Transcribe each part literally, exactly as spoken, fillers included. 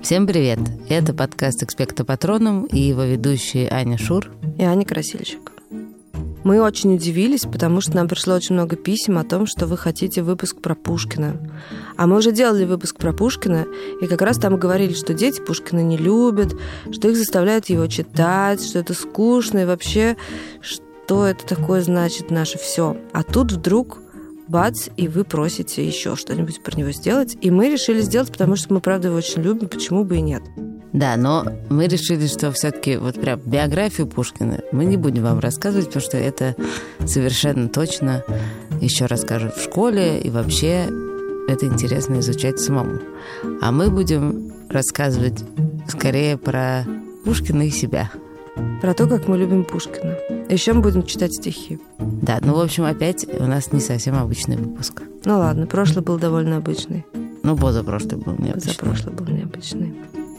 Всем привет! Это подкаст «Экспекто Патроном» и его ведущие Аня Шур и Аня Красильщик. Мы очень удивились, потому что нам пришло очень много писем о том, что вы хотите выпуск про Пушкина. А мы уже делали выпуск про Пушкина, и как раз там говорили, что дети Пушкина не любят, что их заставляют его читать, что это скучно, и вообще, что это такое значит наше все. А тут вдруг бац, и вы просите еще что-нибудь про него сделать. И мы решили сделать, потому что мы, правда, его очень любим, почему бы и нет. Да, но мы решили, что все-таки вот прям биографию Пушкина мы не будем вам рассказывать, потому что это совершенно точно еще расскажут в школе, и вообще это интересно изучать самому. А мы будем рассказывать скорее про Пушкина и себя. Про то, как мы любим Пушкина. Еще мы будем читать стихи. Да, ну, в общем, опять у нас не совсем обычный выпуск. Ну ладно, прошлый был довольно обычный. Ну, позапрошлый был необычный. Позапрошлый был необычный.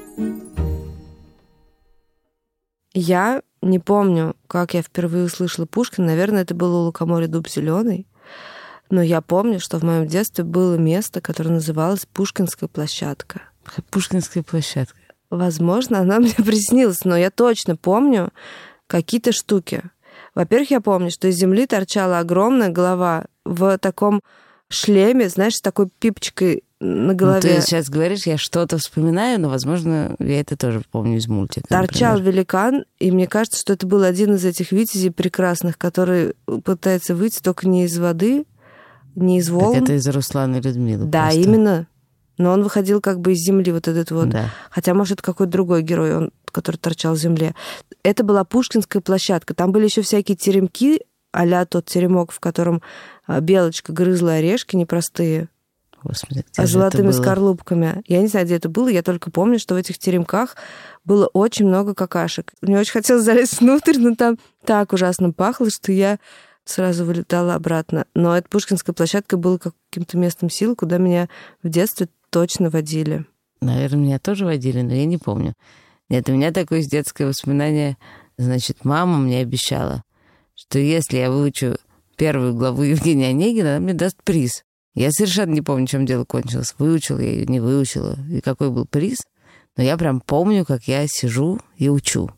Я не помню, как я впервые услышала Пушкина. Наверное, это было у лукоморья «Дуб зеленый». Но я помню, что в моем детстве было место, которое называлось Пушкинская площадка. Пушкинская площадка. Возможно, она мне приснилась, но я точно помню какие-то штуки. Во-первых, я помню, что из земли торчала огромная голова в таком шлеме, знаешь, с такой пипочкой на голове. Ну, ты сейчас говоришь, я что-то вспоминаю, но, возможно, я это тоже помню из мультика. Торчал например. великан, и мне кажется, что это был один из этих витязей прекрасных, который пытается выйти только не из воды, не из волн. Так это из Руслана и Людмилы. Да, просто. Именно. Но он выходил как бы из земли, вот этот вот. Да. Хотя, может, это какой-то другой герой, он, который торчал в земле. Это была Пушкинская площадка. Там были еще всякие теремки, а-ля тот теремок, в котором белочка грызла орешки непростые. Господи, где а же золотыми это было? скорлупками. Я не знаю, где это было, я только помню, что в этих теремках было очень много какашек. Мне очень хотелось залезть внутрь, но там так ужасно пахло, что я сразу вылетала обратно. Но эта Пушкинская площадка была каким-то местом силы, куда меня в детстве точно водили. Наверное, меня тоже водили, но я не помню. Нет, у меня такое детское воспоминание. Значит, мама мне обещала, что если я выучу первую главу Евгения Онегина, она мне даст приз. Я совершенно не помню, чем дело кончилось. Выучила я ее, не выучила, и какой был приз. Но я прям помню, как я сижу и учу.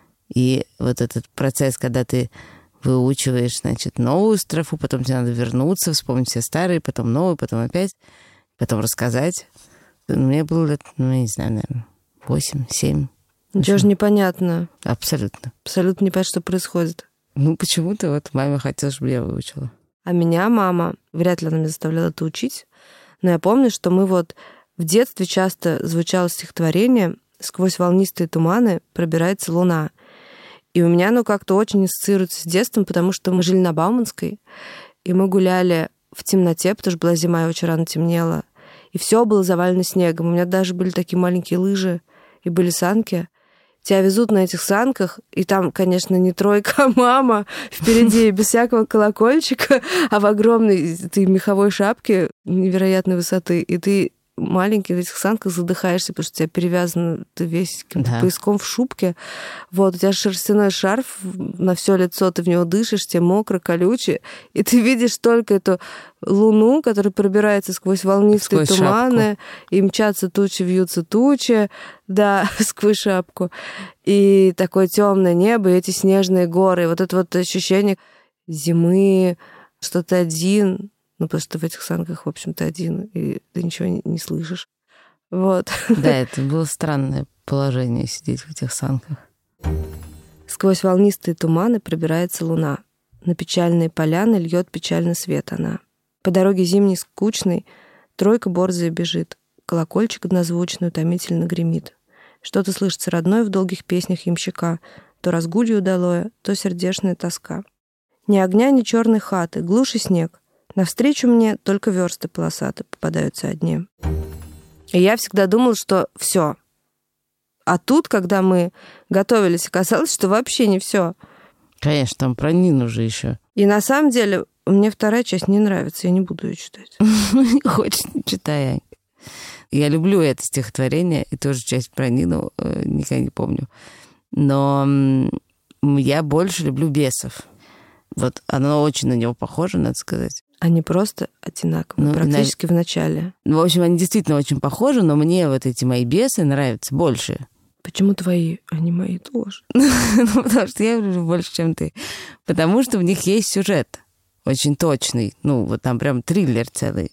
И вот этот процесс, когда ты выучиваешь, значит, новую строфу, потом тебе надо вернуться, вспомнить все старые, потом новые, потом опять, потом рассказать. Мне было лет, ну, я не знаю, наверное, восемь-семь. Ничего же непонятно. Абсолютно. Абсолютно не понятно, что происходит. Ну, почему-то вот маме хотелось, чтобы я выучила. А меня мама, вряд ли она меня заставляла это учить, но я помню, что мы вот в детстве часто звучало стихотворение «Сквозь волнистые туманы пробирается луна». И у меня оно как-то очень ассоциируется с детством, потому что мы жили на Бауманской, и мы гуляли в темноте, потому что была зима, и очень рано темнело. И все было завалено снегом. У меня даже были такие маленькие лыжи, и были санки. Тебя везут на этих санках, и там, конечно, не тройка, а мама впереди, без всякого колокольчика, а в огромной ты меховой шапке невероятной высоты, и ты маленький в этих санках задыхаешься, потому что тебя перевязан, ты весь да. пояском в шубке. Вот, у тебя шерстяной шарф на все лицо, ты в него дышишь, тебе мокро, колюче, и ты видишь только эту луну, которая пробирается сквозь волнистые сквозь туманы, шапку. И мчатся тучи, вьются тучи, да, сквозь шапку. И такое темное небо, и эти снежные горы, и вот это вот ощущение зимы, что ты один. Ну, потому что в этих санках, в общем-то, один, и ты ничего не, не слышишь. Вот. Да, это было странное положение, сидеть в этих санках. Сквозь волнистые туманы пробирается луна. На печальные поляны льет печальный свет она. По дороге зимней скучной тройка борзая бежит. Колокольчик однозвучный утомительно гремит. Что-то слышится родное в долгих песнях ямщика. То разгулье удалое, то сердечная тоска. Ни огня, ни черной хаты, глушь и снег. Навстречу мне только версты полосатые попадаются одни. И я всегда думала, что все. А тут, когда мы готовились, оказалось, что вообще не все. Конечно, там про Нину же еще. И на самом деле мне вторая часть не нравится, я не буду ее читать. Хочешь, не читай. Я люблю это стихотворение, и тоже часть про Нину никогда не помню. Но я больше люблю «Бесов». Вот оно очень на него похоже, надо сказать. Они просто одинаковые, Ну, практически на- в начале. В общем, они действительно очень похожи, но мне вот эти мои бесы нравятся больше. Почему твои, а не мои тоже? Ну, потому что я люблю больше, чем ты. Потому что в них есть сюжет очень точный. Ну, вот там прям триллер целый.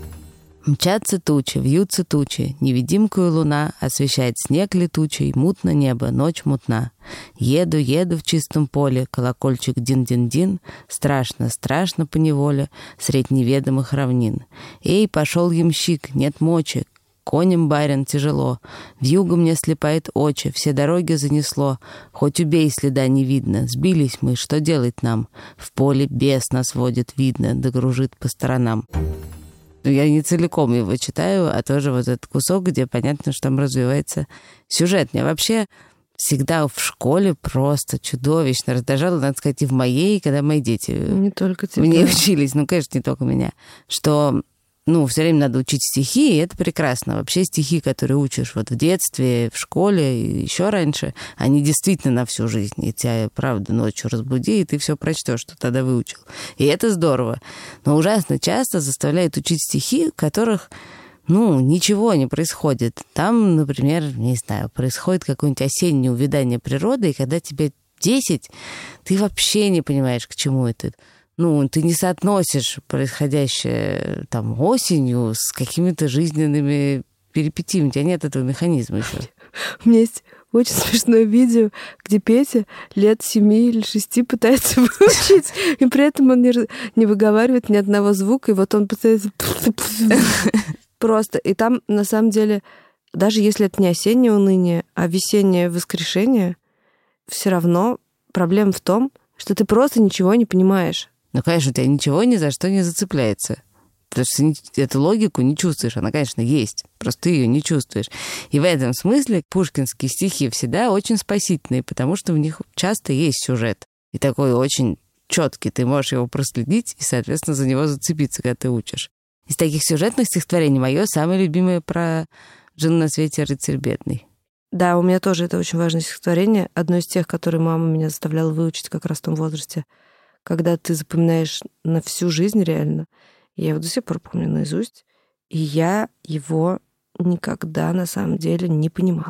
Мчатся тучи, вьются тучи, невидимкую луна освещает снег летучий, мутно небо, ночь мутна. Еду, еду в чистом поле, колокольчик дин-дин-дин, страшно, страшно поневоле, средь неведомых равнин. Эй, пошел ямщик, нет мочи, конем барин тяжело, вьюга мне слепает очи, все дороги занесло, хоть убей, следа не видно, сбились мы, что делать нам? В поле бес нас водит, видно, да кружит по сторонам. Я не целиком его читаю, а тоже вот этот кусок, где понятно, что там развивается сюжет. Мне вообще всегда в школе просто чудовищно раздражало, надо сказать, и в моей, когда мои дети Не только тебя. мне учились, ну, конечно, не только меня, что, ну, все время надо учить стихи, и это прекрасно. Вообще стихи, которые учишь вот в детстве, в школе и еще раньше, они действительно на всю жизнь. И тебя, правда, ночью разбуди, и ты все прочтешь, что тогда выучил. И это здорово. Но ужасно часто заставляют учить стихи, в которых, ну, ничего не происходит. Там, например, не знаю, происходит какое-нибудь осеннее увядание природы, и когда тебе десять, ты вообще не понимаешь, к чему это. Ну, ты не соотносишь происходящее там осенью с какими-то жизненными перипетиями. У тебя нет этого механизма еще. У меня есть очень смешное видео, где Петя лет семи или шести пытается выучить, и при этом он не, не выговаривает ни одного звука, и вот он пытается просто. И там, на самом деле, даже если это не осеннее уныние, а весеннее воскрешение, все равно проблема в том, что ты просто ничего не понимаешь. Ну, конечно, у тебя ничего ни за что не зацепляется. Потому что ты эту логику не чувствуешь. Она, конечно, есть. Просто ты ее не чувствуешь. И в этом смысле пушкинские стихи всегда очень спасительные, потому что в них часто есть сюжет. И такой очень четкий. Ты можешь его проследить и, соответственно, за него зацепиться, когда ты учишь. Из таких сюжетных стихотворений мое самое любимое про «Жил на свете рыцарь бедный». Да, у меня тоже это очень важное стихотворение. Одно из тех, которые мама меня заставляла выучить как раз в том возрасте, когда ты запоминаешь на всю жизнь реально. Я его до сих пор помню наизусть. И я его никогда на самом деле не понимала.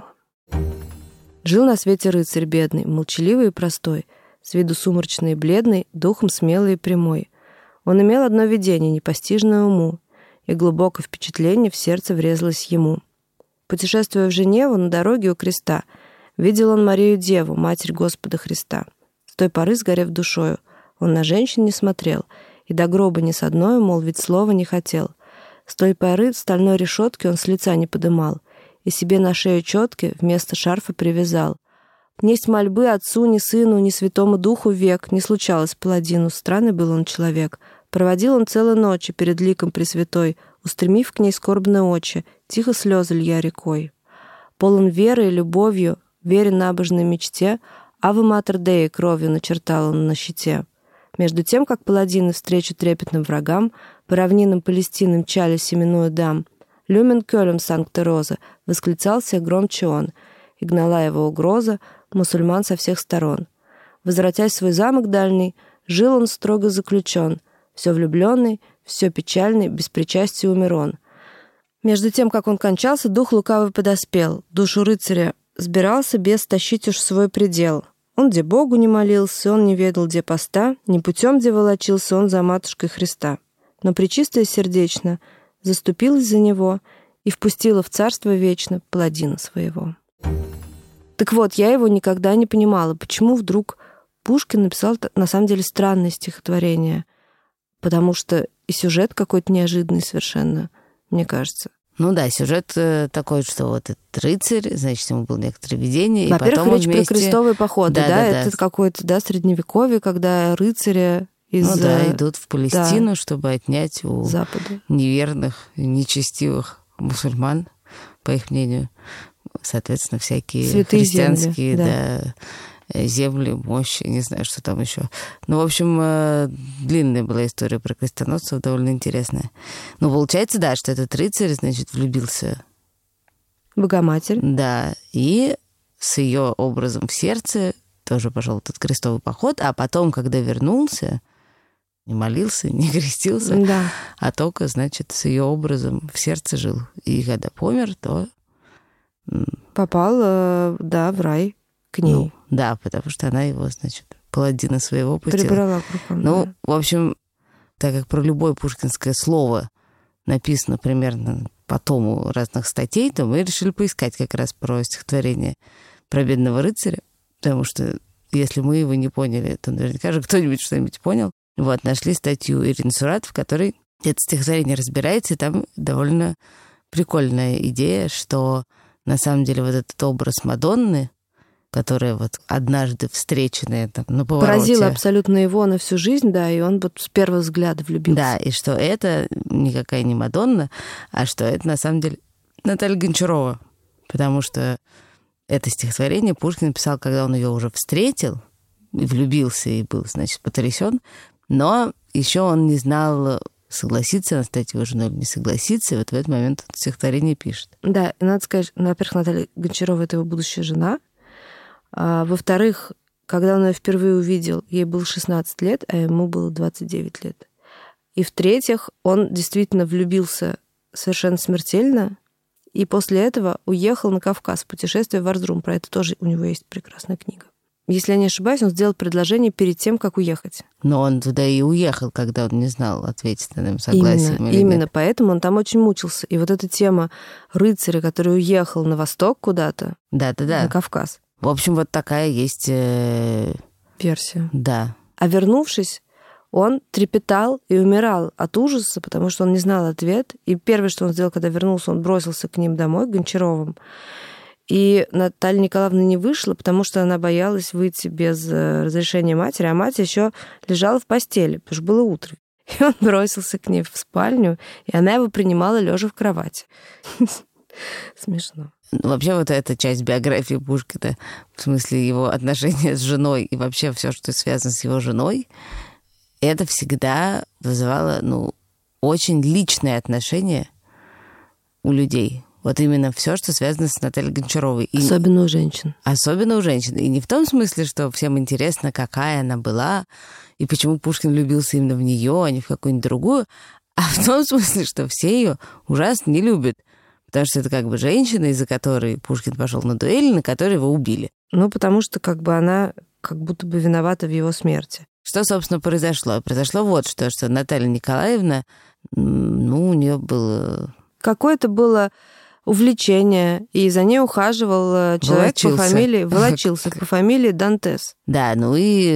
Жил на свете рыцарь бедный, молчаливый и простой, с виду сумрачный и бледный, духом смелый и прямой. Он имел одно видение, непостижное уму, и глубокое впечатление в сердце врезалось ему. Путешествуя в Женеву на дороге у креста, видел он Марию Деву, Матерь Господа Христа. С той поры, сгорев душою, он на женщин не смотрел, и до гроба ни с одной молвить слова не хотел. С той поры стальной решетки он с лица не подымал, и себе на шею четки вместо шарфа привязал. Несть мольбы отцу, ни сыну, ни святому духу век не случалось паладину, странный был он человек. Проводил он целые ночи перед ликом Пресвятой, устремив к ней скорбные очи, тихо слезы лья рекой. Полон веры и любовью, верен набожной мечте, Аве Матер Деи кровью начертал он на щите. Между тем, как паладины встречу трепетным врагам по равнинам Палестины мчали семенную дам, «Люмен Кёлем Санкта Роза» восклицался громче он, и гнала его угроза мусульман со всех сторон. Возвратясь в свой замок дальний, жил он строго заключен, все влюбленный, все печальный, без причастия умер он. Между тем, как он кончался, дух лукавый подоспел, душу рыцаря сбирался без тащить уж свой предел. Он где Богу не молился, он не ведал где поста, ни путем где волочился он за матушкой Христа. Но Пречистая сердечно заступилась за него и впустила в царство вечно паладина своего. Так вот, я его никогда не понимала, почему вдруг Пушкин написал на самом деле странное стихотворение, потому что и сюжет какой-то неожиданный совершенно, мне кажется. Ну да, сюжет такой, что вот этот рыцарь, значит, ему было некоторое видение. Во-первых, речь вместе... про крестовые походы, да, да, да, да это да. какое-то, да, средневековье, когда рыцаря из... Ну да, идут в Палестину, да, чтобы отнять у Запада неверных, нечестивых мусульман, по их мнению, соответственно, всякие святые христианские, земли, да. да, земли, мощи, не знаю, что там еще. Ну, в общем, длинная была история про крестоносцев, довольно интересная. Ну, получается, да, что этот рыцарь, значит, влюбился в Богоматерь. Да, и с ее образом в сердце тоже пошел этот крестовый поход, а потом, когда вернулся, не молился, не крестился, да. а только, значит, с ее образом в сердце жил. И когда помер, то... Попал, да, в рай к ней. Ну, да, потому что она его, значит, паладина своего пустила. Прибрала к рукам. Ну, да. в общем, так как про любое пушкинское слово написано примерно по тому разных статей, то мы решили поискать как раз про стихотворение про бедного рыцаря, потому что если мы его не поняли, то наверняка же кто-нибудь что-нибудь понял. Вот, нашли статью Ирины Сурат, в которой это стихотворение разбирается, и там довольно прикольная идея, что на самом деле вот этот образ Мадонны, которая вот однажды встреченная там на повороте... Поразила абсолютно его на всю жизнь, да, и он вот с первого взгляда влюбился. Да, и что это никакая не Мадонна, а что это на самом деле Наталья Гончарова, потому что это стихотворение Пушкин писал, когда он ее уже встретил, и влюбился, и был, значит, потрясен, но еще он не знал, согласиться она стать его женой или не согласиться, и вот в этот момент он стихотворение пишет. Да, и надо сказать, ну, во-первых, Наталья Гончарова — это его будущая жена, а, во-вторых, когда он ее впервые увидел, ей было шестнадцать лет, а ему было двадцать девять лет. И в-третьих, он действительно влюбился совершенно смертельно, и после этого уехал на Кавказ в путешествие в Эрзрум. Про это тоже у него есть прекрасная книга. Если я не ошибаюсь, он сделал предложение перед тем, как уехать. Но он туда и уехал, когда он не знал, ответить на им согласием именно, или именно нет. Поэтому он там очень мучился. И вот эта тема рыцаря, который уехал на восток куда-то, Да-да-да. на Кавказ. В общем, вот такая есть... Э... версия. Да. А вернувшись, он трепетал и умирал от ужаса, потому что он не знал ответ. И первое, что он сделал, когда вернулся, он бросился к ним домой, к Гончаровым. И Наталья Николаевна не вышла, потому что она боялась выйти без разрешения матери, а мать еще лежала в постели, потому что было утро. И он бросился к ней в спальню, и она его принимала лежа в кровати. Смешно. Вообще вот эта часть биографии Пушкина, в смысле его отношения с женой и вообще все, что связано с его женой, это всегда вызывало, ну, очень личные отношения у людей. Вот именно все, что связано с Натальей Гончаровой. И особенно у женщин. Особенно у женщин. И не в том смысле, что всем интересно, какая она была, и почему Пушкин влюбился именно в нее, а не в какую-нибудь другую, а в том смысле, что все ее ужасно не любят. Потому что это как бы женщина, из-за которой Пушкин пошел на дуэль, на которой его убили. Ну, потому что как бы она как будто бы виновата в его смерти. Что, собственно, произошло? Произошло вот что, что Наталья Николаевна, ну, у нее было... Какое-то было увлечение, и за ней ухаживал человек Волочился. по фамилии... Волочился по фамилии Дантес. Да, ну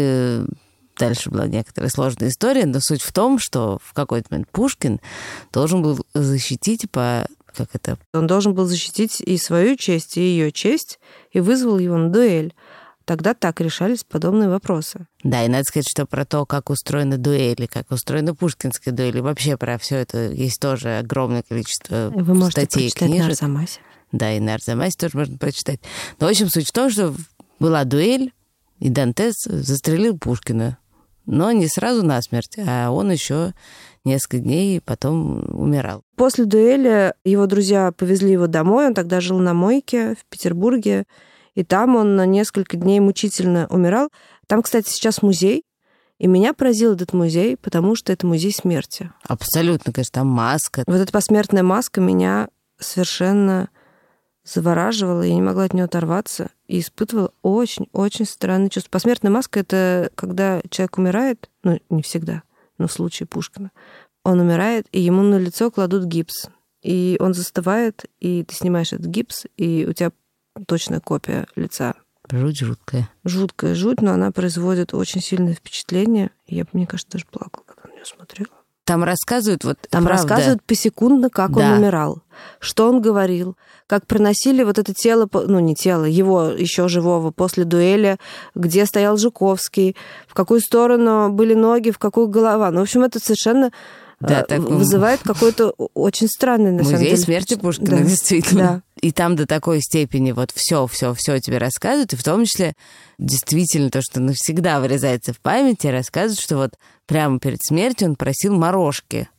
и дальше была некоторая сложная история, но суть в том, что в какой-то момент Пушкин должен был защитить по... Как это? Он должен был защитить и свою честь, и ее честь, и вызвал его на дуэль. Тогда так решались подобные вопросы. Да, и надо сказать, что про то, как устроены дуэли, как устроены пушкинские дуэли, вообще про все это есть тоже огромное количество Вы можете статей и прочитать книжек. на Арзамасе. Да, и на Арзамасе тоже можно прочитать. Но, в общем, суть в том, что была дуэль, и Дантес застрелил Пушкина. Но не сразу насмерть, а он еще несколько дней потом умирал. После дуэли его друзья повезли его домой, он тогда жил на мойке в Петербурге, и там он на несколько дней мучительно умирал. Там, кстати, сейчас музей, и меня поразил этот музей, потому что это музей смерти. Абсолютно, конечно, там маска. Вот эта посмертная маска меня совершенно завораживала, я не могла от нее оторваться, и испытывала очень-очень странные чувства. Посмертная маска — это когда человек умирает, ну, не всегда, но в случае Пушкина, он умирает, и ему на лицо кладут гипс. И он застывает, и ты снимаешь этот гипс, и у тебя точная копия лица. Жуть жуткая. Жуткая жуть, но она производит очень сильное впечатление. Я, мне кажется, даже плакала, когда на нее смотрела. Там рассказывают, вот Там правда, рассказывают посекундно, как да. он умирал, что он говорил, как приносили вот это тело, ну не тело, его еще живого после дуэли, где стоял Жуковский, в какую сторону были ноги, в какую голова. Ну, в общем, это совершенно да, так... вызывает какой-то очень странный, на музей самом деле. Музей смерти Пушкина, да. действительно. Да. И там до такой степени вот все, все, все тебе рассказывают, и в том числе действительно то, что навсегда вырезается в памяти, рассказывают, что вот прямо перед смертью он просил морожки.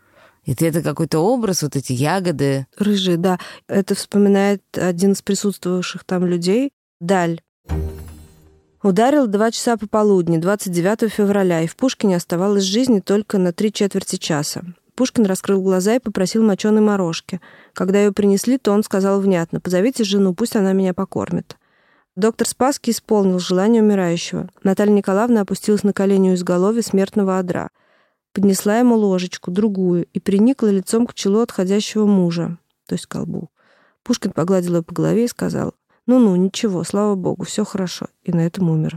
И это какой-то образ, вот эти ягоды. Рыжие, да. Это вспоминает один из присутствовавших там людей, Даль. Ударил два часа пополудни, двадцать девятого февраля, и в Пушкине оставалось жизни только на три четверти часа. Пушкин раскрыл глаза и попросил моченой морожки. Когда ее принесли, то он сказал внятно: «Позовите жену, пусть она меня покормит». Доктор Спасский исполнил желание умирающего. Наталья Николаевна опустилась на колени у изголовья смертного одра. Поднесла ему ложечку, другую, и приникла лицом к челу отходящего мужа, то есть к колбу. Пушкин погладил ее по голове и сказал: «Ну-ну, ничего, слава богу, все хорошо». И на этом умер.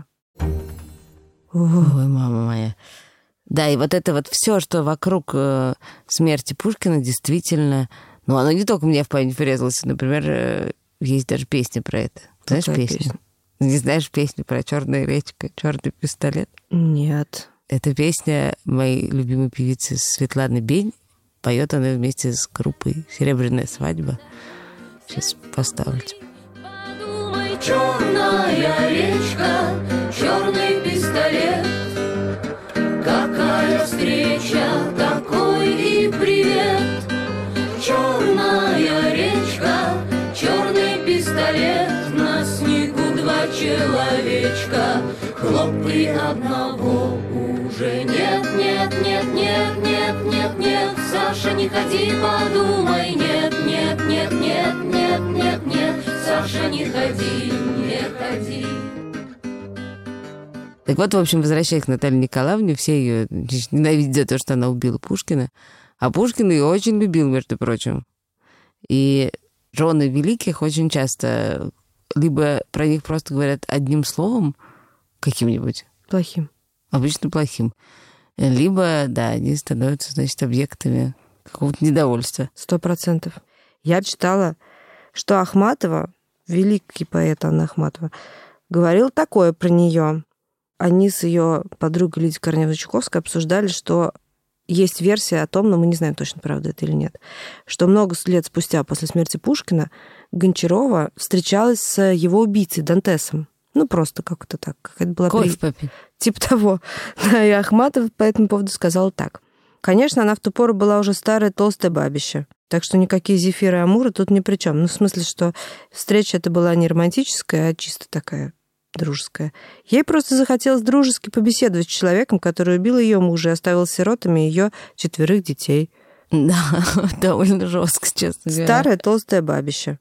Ой, мама моя. Да, и вот это вот все, что вокруг э, смерти Пушкина, действительно... Ну, оно не только мне в память врезалось. Например, э, есть даже песня про это. Знаешь Какая песню? песня? Не знаешь песню про черная речка, черный пистолет? Нет. Это песня моей любимой певицы Светланы Бень. Поет она вместе с группой «Серебряная свадьба». Сейчас поставлю тебе. Подумай, черная речка, черный пистолет. Какая встреча, такой и привет. Черная речка, черный пистолет. На снегу два человечка, хлоп, и одного уже нет, нет, нет, нет, нет, нет, нет. Саша, не ходи, подумай, нет, нет, нет, нет, нет, нет, нет. Саша, не ходи, не ходи. Так вот, в общем, возвращаясь к Наталье Николаевне, все ее ненавидят за то, что она убила Пушкина. А Пушкин ее очень любил, между прочим. И жены великих очень часто либо про них просто говорят одним словом, каким-нибудь. Плохим. Обычно плохим. Либо, да, они становятся, значит, объектами какого-то недовольства. Сто процентов. Я читала, что Ахматова, великий поэт Анна Ахматова, говорил такое про нее. Они с ее подругой Лидией Корнеевной Чуковской обсуждали, что есть версия о том, но мы не знаем точно, правда это или нет, что много лет спустя после смерти Пушкина Гончарова встречалась с его убийцей Дантесом. Ну, просто как-то так. Какая-то была Кофе при... попить. Типа того. Да, и Ахматов по этому поводу сказал так. Конечно, она в ту пору была уже старая толстая бабища, так что никакие Зефиры и Амуры тут ни при чем. Ну, в смысле, что встреча эта была не романтическая, а чисто такая дружеская. Ей просто захотелось дружески побеседовать с человеком, который убил ее мужа и оставил сиротами ее четверых детей. Да, довольно жестко, честно говоря. Старая толстая бабища.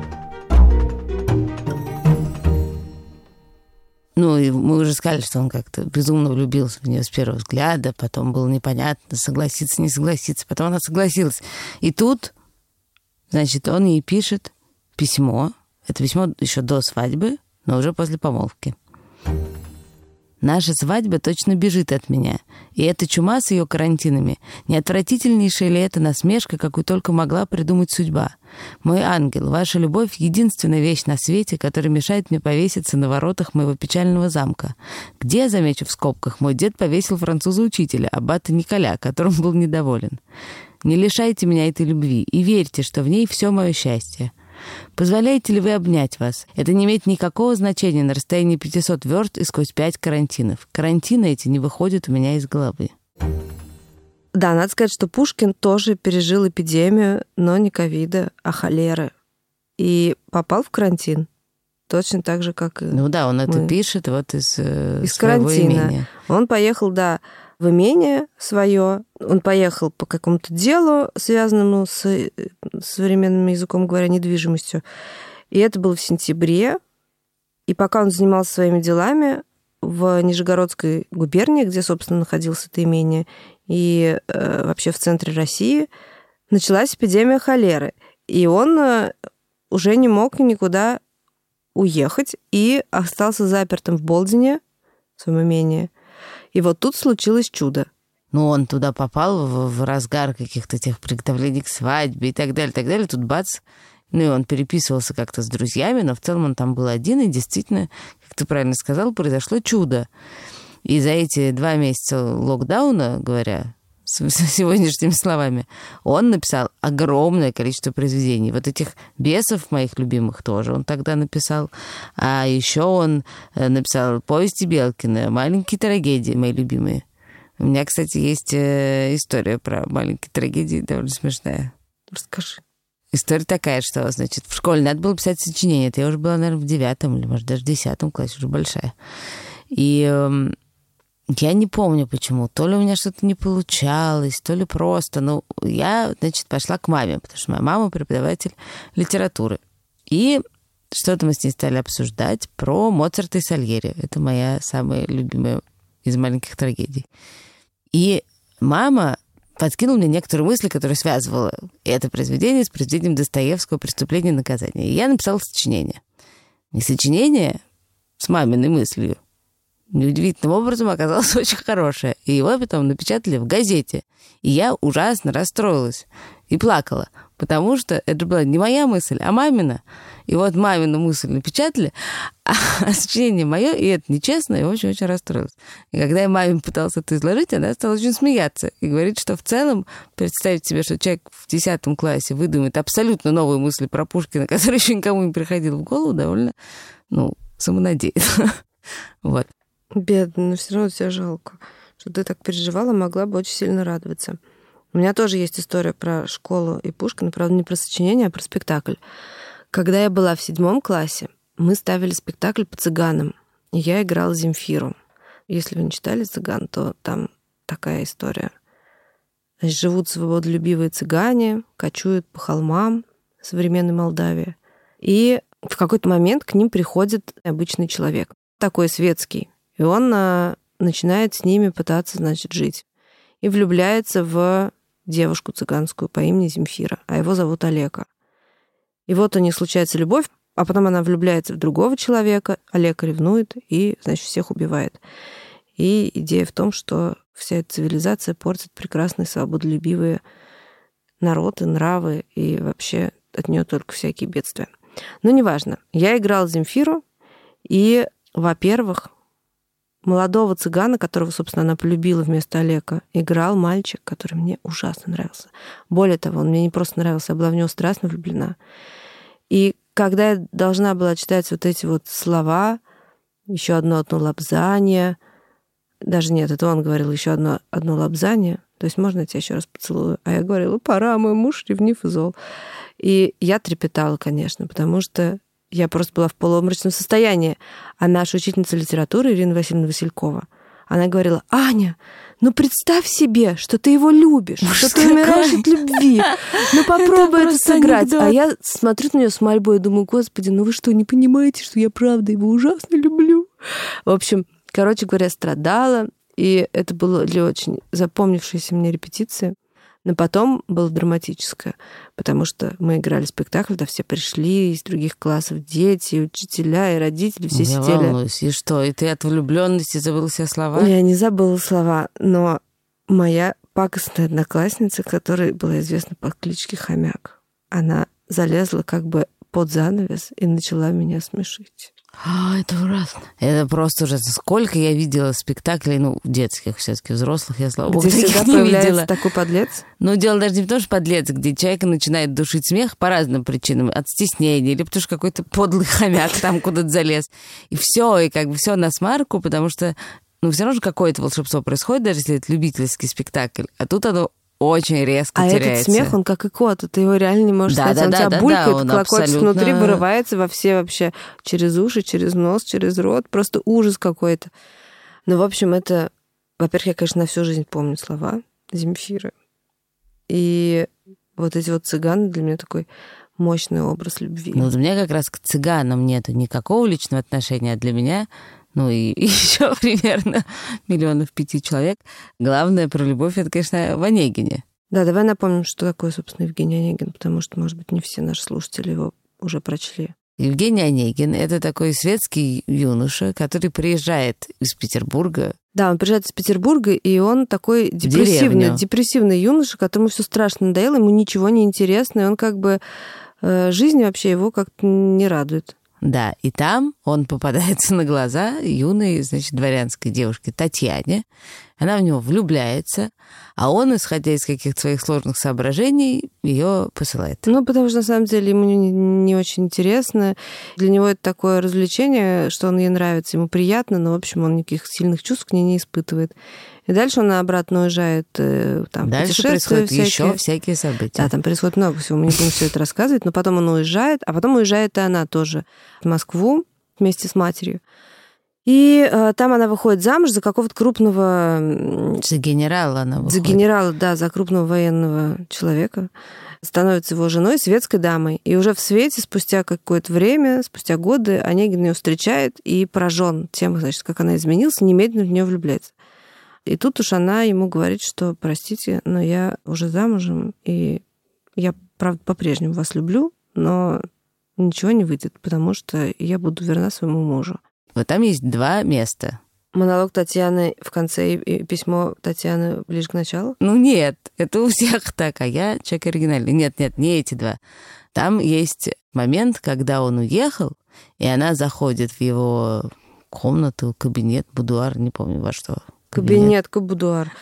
Ну, и мы уже сказали, что он как-то безумно влюбился в нее с первого взгляда, потом было непонятно, согласиться, не согласиться, потом она согласилась. И тут, значит, он ей пишет письмо, это письмо еще до свадьбы, но уже после помолвки. Наша свадьба точно бежит от меня. И эта чума с ее карантинами, не отвратительнейшая ли это насмешка, какую только могла придумать судьба? Мой ангел, ваша любовь — единственная вещь на свете, которая мешает мне повеситься на воротах моего печального замка. Где, замечу в скобках, мой дед повесил француза-учителя, аббата Николя, которым был недоволен. Не лишайте меня этой любви и верьте, что в ней все мое счастье. Позволяете ли вы обнять вас? Это не имеет никакого значения на расстоянии пятисот верст и сквозь пять карантинов. Карантины эти не выходят у меня из головы. Да, надо сказать, что Пушкин тоже пережил эпидемию, но не ковида, а холеры. И попал в карантин. Точно так же, как и Ну да, он мы. это пишет вот из, из своего карантина. имения. Он поехал, да, в имение свое. Он поехал по какому-то делу, связанному с современным языком говоря, недвижимостью. И это было в сентябре. И пока он занимался своими делами в Нижегородской губернии, где, собственно, находилось это имение, и э, вообще в центре России, началась эпидемия холеры. И он э, уже не мог никуда уехать и остался запертым в Болдине, в своем имении. И вот тут случилось чудо. Ну, он туда попал в, в разгар каких-то тех приготовлений к свадьбе и так далее, так далее. Тут бац, ну и он переписывался как-то с друзьями, но в целом он там был один, и действительно, как ты правильно сказал, произошло чудо. И за эти два месяца локдауна, говоря с, с сегодняшними словами, он написал огромное количество произведений. Вот этих «Бесов» моих любимых тоже он тогда написал. А еще он написал «Повести Белкина», «Маленькие трагедии» мои любимые. У меня, кстати, есть история про маленькие трагедии, довольно смешная. Расскажи. история такая, что, значит, в школе надо было писать сочинение. Это я уже была, наверное, в девятом или, может, даже в десятом классе, уже большая. И э, я не помню, почему. То ли у меня что-то не получалось, то ли просто. Но я, значит, пошла к маме, потому что моя мама преподаватель литературы. И что-то мы с ней стали обсуждать про Моцарта и Сальери. Это моя самая любимая из маленьких трагедий. И мама подкинула мне некоторые мысли, которые связывала это произведение с произведением Достоевского «Преступление и наказание». И я написала сочинение. И сочинение с маминой мыслью неудивительным образом оказалось очень хорошее. И его потом напечатали в газете. И я ужасно расстроилась и плакала, потому что это была не моя мысль, а мамина. И вот мамину мысль напечатали, а сочинение мое, и это нечестно, и очень-очень расстроилась. И когда я маме пыталась это изложить, она стала очень смеяться и говорит, что в целом представить себе, что человек в десятом классе выдумает абсолютно новые мысли про Пушкина, которые еще никому не приходило в голову, довольно, ну, самонадеянно. Вот. Бедно, но все равно тебя жалко, что ты так переживала, могла бы очень сильно радоваться. У меня тоже есть история про школу и Пушкина, правда, не про сочинение, а про спектакль. Когда я была в седьмом классе, мы ставили спектакль по цыганам, и я играла Земфиру. Если вы не читали «Цыган», то там такая история. Значит, живут свободолюбивые цыгане, кочуют по холмам современной Молдавии, и в какой-то момент к ним приходит обычный человек, такой светский, и он а, начинает с ними пытаться, значит, жить. И влюбляется в девушку цыганскую по имени Земфира, а его зовут Олега. И вот у них случается любовь, а потом она влюбляется в другого человека, Олег ревнует и, значит, всех убивает. И идея в том, что вся эта цивилизация портит прекрасные свободолюбивые народы, нравы, и вообще от нее только всякие бедствия. Но неважно. Я играла Земфиру, и, во-первых, молодого цыгана, которого, собственно, она полюбила вместо Олега, играл мальчик, который мне ужасно нравился. Более того, он мне не просто нравился, я была в него страстно влюблена. И когда я должна была читать вот эти вот слова, еще одно одно лапзание, даже нет, это он говорил, еще одно одно лапзание, то есть можно я тебя еще раз поцелую? А я говорила, пора, мой муж ревнив и зол. И я трепетала, конечно, потому что я просто была в полуобморочном состоянии. А наша учительница литературы Ирина Васильевна Василькова, она говорила, Аня, ну представь себе, что ты его любишь, что ты умираешь от любви. Ну попробуй это сыграть. А я смотрю на нее с мольбой и думаю, господи, ну вы что, не понимаете, что я правда его ужасно люблю? В общем, короче говоря, страдала. И это были очень запомнившиеся мне репетиции. Но потом было драматическое, потому что мы играли спектакль, да все пришли из других классов, дети, и учителя, и родители, все Я сидели. волнуюсь. И что, и ты от влюбленности забыла все слова? Я не забыла слова, но моя пакостная одноклассница, которая была известна по кличке Хомяк, она залезла как бы под занавес и начала меня смешить. А, это ужасно. Это просто ужасно. Сколько я видела спектаклей, ну, детских все-таки, взрослых, я, слава богу, где таких всегда не появляется видела. такой подлец? Но дело даже не в том, что подлец, где человека начинает душить смех по разным причинам. От стеснения, или потому что какой-то подлый хомяк там куда-то залез. И все, и как бы все на смарку, потому что, ну, все равно же какое-то волшебство происходит, даже если это любительский спектакль. А тут оно очень резко а теряется. этот смех, он как и кот, ты его реально не можешь да, сказать. да, Он да, тебя да, булькает, да, он клокочет абсолютно... внутри, вырывается во все вообще через уши, через нос, через рот. Просто ужас какой-то. Ну, в общем, это... Во-первых, я, конечно, на всю жизнь помню слова Земфиры. И вот эти вот цыганы для меня такой мощный образ любви. Ну, вот у меня как раз к цыганам нету никакого личного отношения, а для меня... Ну и еще примерно миллионов пяти человек. Главное про любовь, это, конечно, в Онегине. Да, давай напомним, что такое, собственно, Евгений Онегин, потому что, может быть, не все наши слушатели его уже прочли. Евгений Онегин — это такой светский юноша, который приезжает из Петербурга. Да, он приезжает из Петербурга, и он такой депрессивный, деревню. депрессивный юноша, которому все страшно надоело, ему ничего не интересно, и он как бы... Э, жизнь вообще его как-то не радует. Да, и там он попадается на глаза юной, значит, дворянской девушке Татьяне. Она в него влюбляется, а он, исходя из каких-то своих сложных соображений, ее посылает. Ну, потому что, на самом деле, ему не, не очень интересно. Для него это такое развлечение, что он ей нравится, ему приятно, но, в общем, он никаких сильных чувств к ней не испытывает. И дальше он обратно уезжает э, там, дальше происходят всякие. еще всякие события. Да, там происходит много всего, мы не будем все это рассказывать, но потом он уезжает, а потом уезжает и она тоже в Москву вместе с матерью. И э, там она выходит замуж за какого-то крупного... За генерала она выходит. За генерала, да, за крупного военного человека. Становится его женой, светской дамой. И уже в свете, спустя какое-то время, спустя годы, Онегин ее встречает и поражен тем, значит, как она изменилась, немедленно в нее влюбляется. И тут уж она ему говорит, что, простите, но я уже замужем, и я, правда, по-прежнему вас люблю, но ничего не выйдет, потому что я буду верна своему мужу. Вот там есть два места. Монолог Татьяны в конце и письмо Татьяны ближе к началу? Ну нет, это у всех так, а я человек оригинальный. Нет, нет, не эти два. Там есть момент, когда он уехал, и она заходит в его комнату, кабинет, будуар, не помню во что. Кабинет, кабудуар.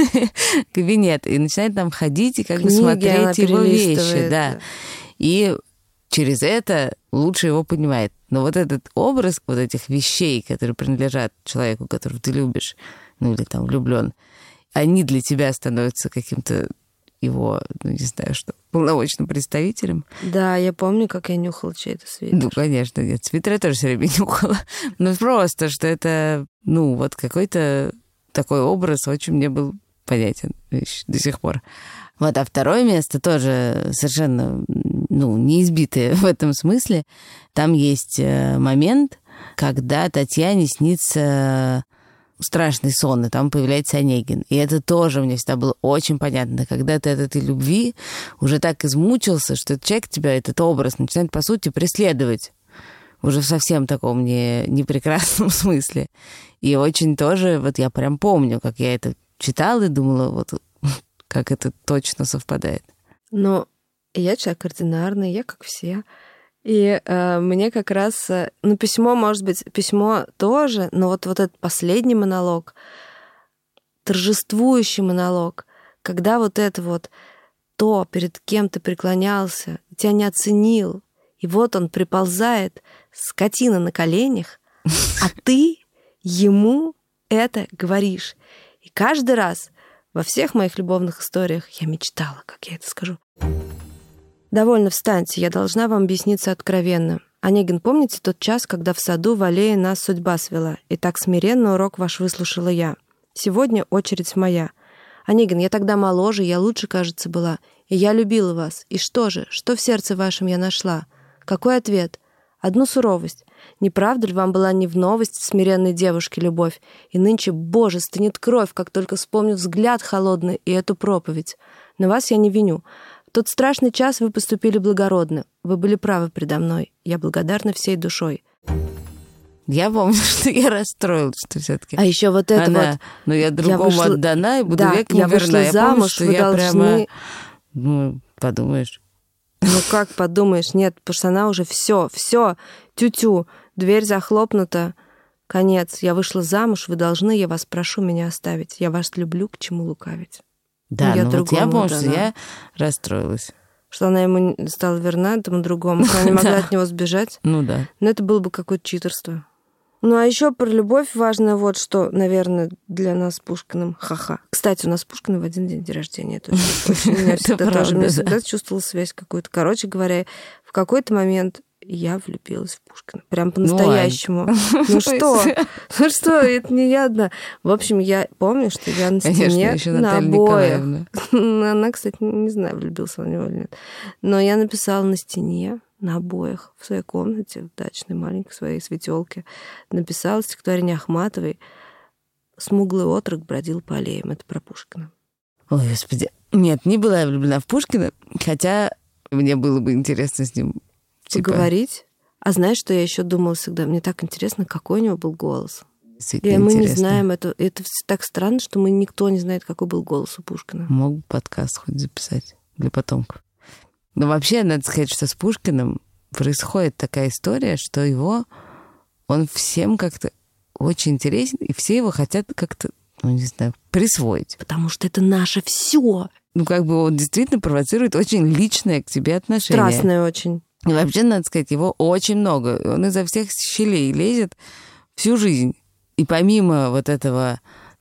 Кабинет. И начинает там ходить и как бы смотреть его вещи. Да. И через это лучше его понимает. Но вот этот образ вот этих вещей, которые принадлежат человеку, которого ты любишь, ну или там влюблен, они для тебя становятся каким-то его, ну не знаю что, полномочным представителем. Да, я помню, как я нюхала чей-то свитер. Ну, конечно, нет. Свитер я тоже все время нюхала. Но просто, что это, ну, вот какой-то такой образ очень мне был понятен до сих пор. Вот, а второе место тоже совершенно, ну, не избитое в этом смысле. Там есть момент, когда Татьяне снится страшный сон, и там появляется Онегин. И это тоже мне всегда было очень понятно. Когда ты от этой любви уже так измучился, что этот человек тебя, этот образ начинает, по сути, преследовать. Уже в совсем таком не, непрекрасном смысле. И очень тоже, вот я прям помню, как я это читала и думала, вот как это точно совпадает. Но я человек ординарный, я как все. И э, мне как раз... Э, ну, письмо, может быть, письмо тоже, но вот, вот этот последний монолог, торжествующий монолог, когда вот это вот то, перед кем ты преклонялся, тебя не оценил, и вот он приползает, скотина на коленях, а ты ему это говоришь. И каждый раз во всех моих любовных историях я мечтала, как я это скажу. «Довольно, встаньте, я должна вам объясниться откровенно. Онегин, помните тот час, когда в саду в аллее нас судьба свела, и так смиренно урок ваш выслушала я? Сегодня очередь моя. Онегин, я тогда моложе, я лучше, кажется, была, и я любила вас. И что же, что в сердце вашем я нашла? Какой ответ? Одну суровость. Не правда ли вам была не в новость смиренной девушки любовь? И нынче, Боже, стынет кровь, как только вспомню взгляд холодный и эту проповедь. Но вас я не виню. В тот страшный час вы поступили благородно. Вы были правы предо мной. Я благодарна всей душой». Я помню, что я расстроилась, что все-таки. А еще вот это она, вот. Но я другому я вышла... отдана и буду да, век не я верна. Вышла я замуж, помню, что вы я должны... прямо... Ну, подумаешь. Ну как подумаешь? Нет, потому что она уже все, все, тю-тю, дверь захлопнута, конец. Я вышла замуж, вы должны, я вас прошу меня оставить. Я вас люблю, к чему лукавить. Да, ну, ну вот я помню, что я расстроилась. Что она ему стала верна, этому другому, что она не могла от него сбежать. Ну да. Но это было бы какое-то читерство. Ну, а еще про любовь важно вот что, наверное, для нас с Пушкиным. Ха-ха. Кстати, у нас с Пушкиным в один день день рождения. Это очень, очень меня всегда тоже, я всегда чувствовала связь какую-то. Короче говоря, в какой-то момент я влюбилась в Пушкина. Прям по-настоящему. Ну что? Ну что, это не я одна. В общем, я помню, что я на стене на обоях. Она, кстати, не знаю, влюбился в него или нет. Но я написала на стене, на обоях, в своей комнате, в дачной маленькой своей светелке, написала стихотворение Ахматовой «Смуглый отрок бродил по аллеям». Это про Пушкина. Ой, господи. Нет, не была я влюблена в Пушкина, хотя мне было бы интересно с ним типа... поговорить. А знаешь, что я еще думала всегда? Мне так интересно, какой у него был голос. И мы интересно. Не знаем это. Это так странно, что мы никто не знает, какой был голос у Пушкина. Мог бы подкаст хоть записать для потомков. Но вообще, надо сказать, что с Пушкиным происходит такая история, что его, он всем как-то очень интересен, и все его хотят как-то, ну, не знаю, присвоить. Потому что это наше все. Ну, как бы он действительно провоцирует очень личное к тебе отношение. Страстное очень. И вообще, надо сказать, его очень много. Он изо всех щелей лезет всю жизнь. И помимо вот этого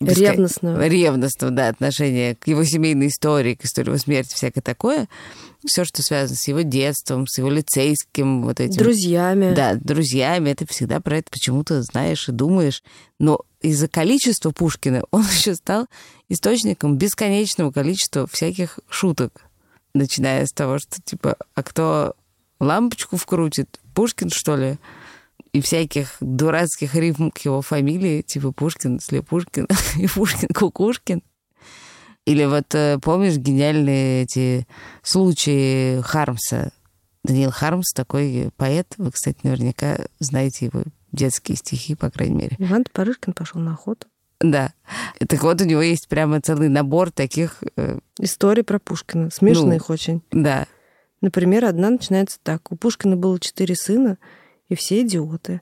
Ревностного. Ревностного, да, отношения к его семейной истории, к истории его смерти, всякое такое. Все, что связано с его детством, с его лицейским вот этим... Друзьями. Да, друзьями. Это всегда про это почему-то знаешь и думаешь. Но из-за количества Пушкина он еще стал источником бесконечного количества всяких шуток. Начиная с того, что типа, а кто лампочку вкрутит? Пушкин, что ли? И всяких дурацких рифм к его фамилии, типа Пушкин, Слепушкин и Пушкин, Кукушкин. Или вот помнишь гениальные эти случаи Хармса? Даниил Хармс, такой поэт, вы, кстати, наверняка знаете его детские стихи, по крайней мере. Иван Топорышкин пошел на охоту. Да. Так вот, у него есть прямо целый набор таких... Историй про Пушкина, смешных ну, очень. Да. Например, одна начинается так. У Пушкина было четыре сына, и все идиоты.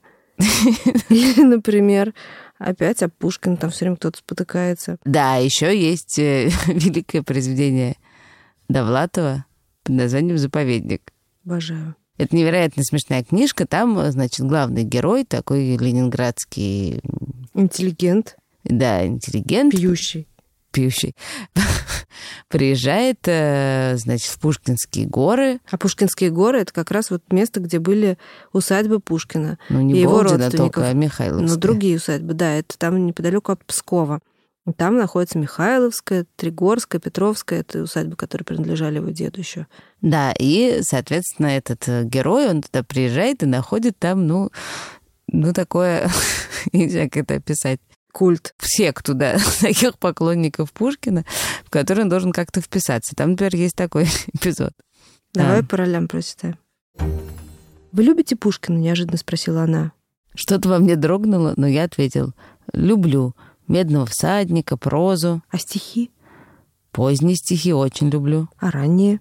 Или, например, опять об Пушкине, там все время кто-то спотыкается. Да, еще есть великое произведение Довлатова под названием «Заповедник». Обожаю. Это невероятно смешная книжка. Там, значит, главный герой такой ленинградский... Интеллигент. Да, интеллигент. Пьющий. Пьющий. Приезжает, значит, в Пушкинские горы. А Пушкинские горы — это как раз вот место, где были усадьбы Пушкина. Ну, не и его Болдина родственников. только, а Михайловская. Но другие усадьбы, да, это там неподалеку от Пскова. Там находится Михайловская, Тригорская, Петровская. Это усадьбы, которые принадлежали его деду еще. Да, и, соответственно, этот герой, он туда приезжает и находит там, ну, ну такое, не знаю, как это описать. Культ. Секту, да, таких поклонников Пушкина, в который он должен как-то вписаться. Там, например, есть такой эпизод. Давай а. по ролям прочитаем. «Вы любите Пушкина?» — неожиданно спросила она. Что-то во мне дрогнуло, но я ответил: люблю. «Медного всадника», прозу. А стихи? Поздние стихи очень люблю. А ранние?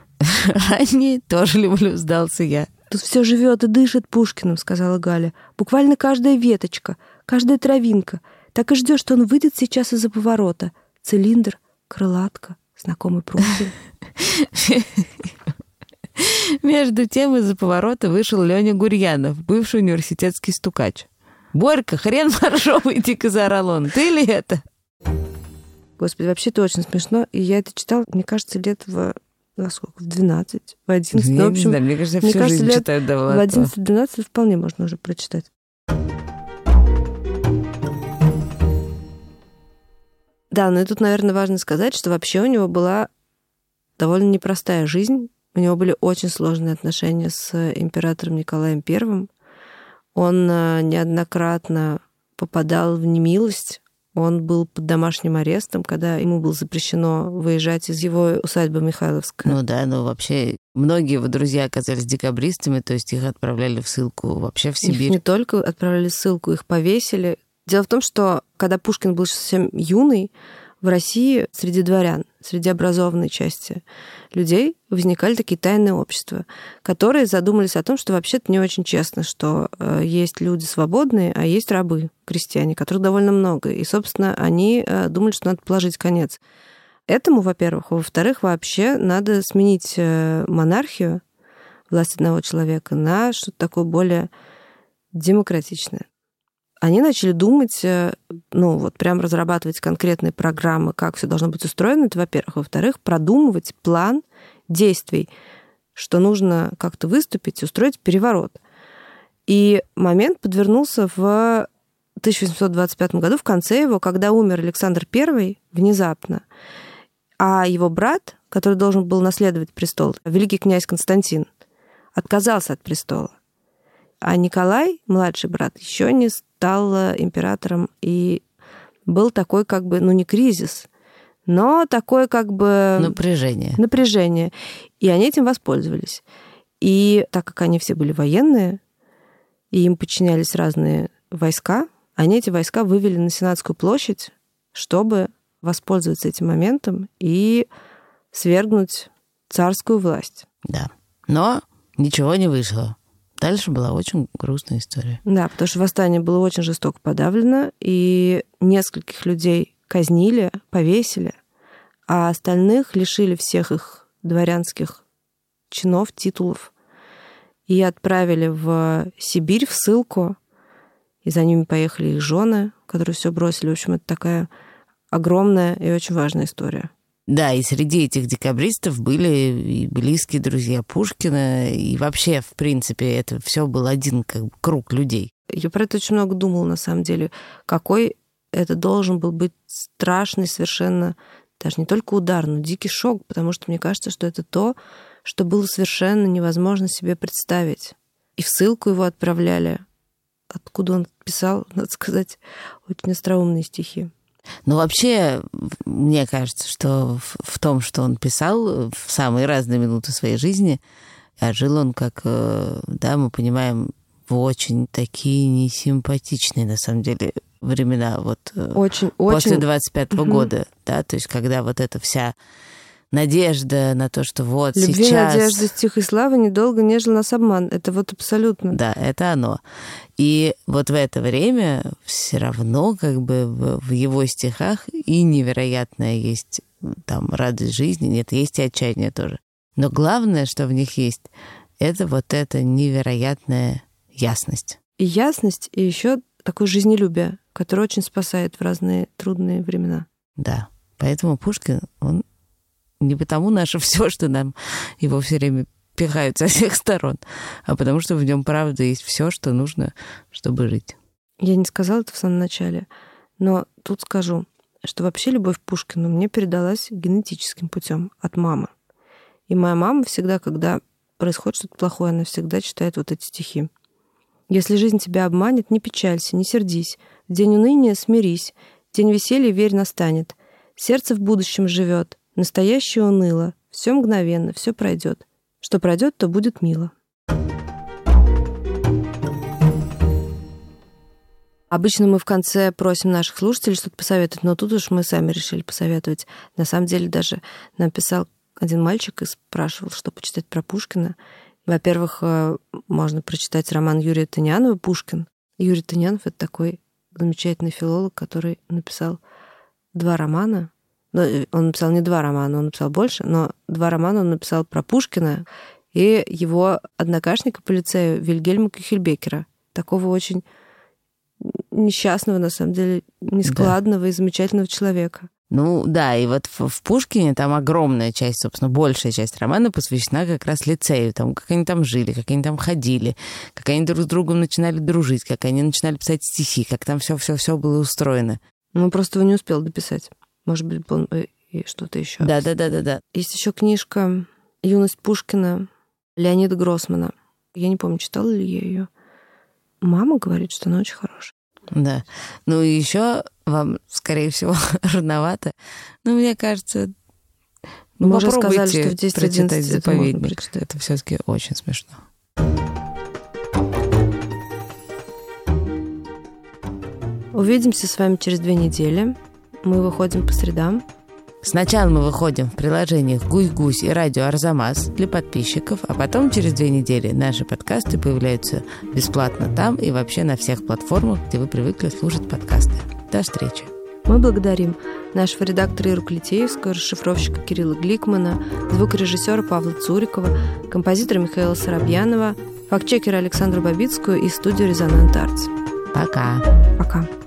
Ранние тоже люблю, сдался я. «Тут все живет и дышит Пушкиным», — сказала Галя. «Буквально каждая веточка, каждая травинка. Так и ждешь, что он выйдет сейчас из-за поворота. Цилиндр, крылатка, знакомый профиль». Между тем из-за поворота вышел Леня Гурьянов, бывший университетский стукач. «Борька, хрен моржовый!» — дико заорал он. «Ты ли это?» Господи, вообще это очень смешно. И я это читала, мне кажется, лет в... во сколько? В двенадцать, в одиннадцать. Я ну, в общем, не знаю, мне кажется, я мне всю кажется, жизнь лет читаю Довлатова. В одиннадцать-двенадцать вполне можно уже прочитать. Да, ну и тут, наверное, важно сказать, что вообще у него была довольно непростая жизнь. У него были очень сложные отношения с императором Николаем Первым. Он неоднократно попадал в немилость. Он был под домашним арестом, когда ему было запрещено выезжать из его усадьбы Михайловской. Ну да, ну вообще многие его друзья оказались декабристами, то есть их отправляли в ссылку вообще в Сибирь. Их не только отправляли в ссылку, их повесили. Дело в том, что когда Пушкин был совсем юный, в России среди дворян, среди образованной части людей возникали такие тайные общества, которые задумались о том, что вообще-то не очень честно, что есть люди свободные, а есть рабы, крестьяне, которых довольно много. И, собственно, они думали, что надо положить конец этому, во-первых. А во-вторых, вообще надо сменить монархию, власть одного человека, на что-то такое более демократичное. Они начали думать, ну вот прям разрабатывать конкретные программы, как все должно быть устроено, это во-первых. Во-вторых, продумывать план действий, что нужно как-то выступить, устроить переворот. И момент подвернулся в тысяча восемьсот двадцать пятом году, в конце его, когда умер Александр Первый внезапно, а его брат, который должен был наследовать престол, великий князь Константин, отказался от престола. А Николай, младший брат, еще не стал императором, и был такой как бы, ну не кризис, но такое как бы... Напряжение. Напряжение. И они этим воспользовались. И так как они все были военные, и им подчинялись разные войска, они эти войска вывели на Сенатскую площадь, чтобы воспользоваться этим моментом и свергнуть царскую власть. Да. Но ничего не вышло. Дальше была очень грустная история. Да, потому что восстание было очень жестоко подавлено, и нескольких людей казнили, повесили, а остальных лишили всех их дворянских чинов, титулов, и отправили в Сибирь, в ссылку, и за ними поехали их жены, которые все бросили. В общем, это такая огромная и очень важная история. Да, и среди этих декабристов были и близкие друзья Пушкина, и вообще, в принципе, это все был один как бы круг людей. Я про это очень много думала, на самом деле. Какой это должен был быть страшный совершенно, даже не только удар, но дикий шок, потому что мне кажется, что это то, что было совершенно невозможно себе представить. И в ссылку его отправляли. Откуда он писал, надо сказать, очень остроумные стихи. Ну, вообще, мне кажется, что в, в том, что он писал в самые разные минуты своей жизни, а жил он, как, да, мы понимаем, в очень такие несимпатичные, на самом деле, времена. Вот очень, после очень... двадцать пятого года, да, то есть когда вот эта вся надежда на то, что вот Любви, сейчас... Любви, надежда, стих и слава недолго нежил нас обман. Это вот абсолютно. Да, это оно. И вот в это время все равно как бы в, в его стихах и невероятная есть там радость жизни, нет, есть и отчаяние тоже. Но главное, что в них есть, это вот эта невероятная ясность. И ясность, и еще такое жизнелюбие, которое очень спасает в разные трудные времена. Да, поэтому Пушкин, он не потому наше все, что нам его все время пихают со всех сторон, а потому что в нем правда есть все, что нужно, чтобы жить. Я не сказала это в самом начале, но тут скажу, что вообще любовь к Пушкину мне передалась генетическим путем от мамы. И моя мама всегда, когда происходит что-то плохое, она всегда читает вот эти стихи. «Если жизнь тебя обманет, не печалься, не сердись. В день уныния смирись, день веселья, верь, настанет. Сердце в будущем живет, настоящее уныло. Все мгновенно, все пройдет. Что пройдет, то будет мило». Обычно мы в конце просим наших слушателей что-то посоветовать, но тут уж мы сами решили посоветовать. На самом деле даже нам писал один мальчик и спрашивал, что почитать про Пушкина. Во-первых, можно прочитать роман Юрия Тынянова «Пушкин». Юрий Тынянов — это такой замечательный филолог, который написал два романа. Он написал не два романа, он написал больше, но два романа он написал про Пушкина и его однокашника по лицею Вильгельма Кюхельбекера, такого очень несчастного, на самом деле, нескладного, да, и замечательного человека. Ну да, и вот в, в Пушкине там огромная часть, собственно, большая часть романа посвящена как раз лицею, тому, как они там жили, как они там ходили, как они друг с другом начинали дружить, как они начинали писать стихи, как там все-все-все было устроено. Ну, просто его не успел дописать. Может быть, он и что-то еще. Да, да, да, да, да. Есть еще книжка «Юность Пушкина» Леонида Гроссмана. Я не помню, читала ли я ее. Мама говорит, что она очень хорошая. Да. Ну и еще вам, скорее всего, рановато. Но мне кажется, ну, мы уже попробуйте сказали, что в десять-одиннадцать «Заповедник». Это, это все-таки очень смешно. Увидимся с вами через две недели. Мы выходим по средам. Сначала мы выходим в приложениях «Гусь-Гусь» и «Радио Арзамас» для подписчиков, а потом через две недели наши подкасты появляются бесплатно там и вообще на всех платформах, где вы привыкли слушать подкасты. До встречи. Мы благодарим нашего редактора Иру Клетеевскую, расшифровщика Кирилла Гликмана, звукорежиссера Павла Цурикова, композитора Михаила Соробьянова, фактчекера Александру Бабицкую и студию «Резонант Артс». Пока. Пока.